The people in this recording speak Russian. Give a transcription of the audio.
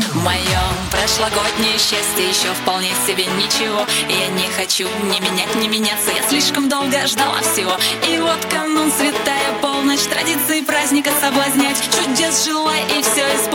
Мое прошлогоднее счастье еще вполне себе ничего. И я не хочу ни менять, ни меняться. Я слишком долго ждала всего. И вот канун, святая полночь, традиции праздника соблазнять. Чудес желай и все изменить.